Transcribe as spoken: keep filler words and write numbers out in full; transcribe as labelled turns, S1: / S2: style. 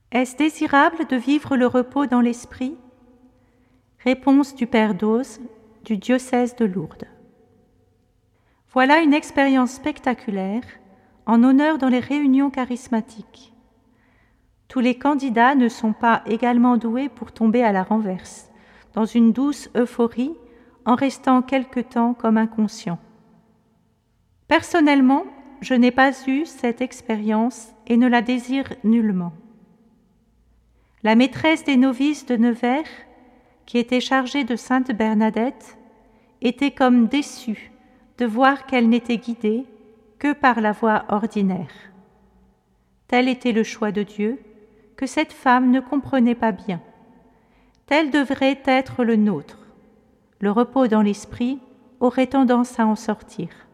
S1: Est-ce désirable de vivre le repos dans l'esprit ? Réponse du Père Dose, du diocèse de Lourdes. Voilà une expérience spectaculaire en honneur dans les réunions charismatiques. Tous les candidats ne sont pas également doués pour tomber à la renverse, dans une douce euphorie, en restant quelque temps comme inconscients. Personnellement, je n'ai pas eu cette expérience et ne la désire nullement. La maîtresse des novices de Nevers, qui était chargée de Sainte Bernadette, était comme déçue de voir qu'elle n'était guidée que par la voie ordinaire. Tel était le choix de Dieu, que cette femme ne comprenait pas bien. Tel devrait être le nôtre. Le repos dans l'esprit aurait tendance à en sortir.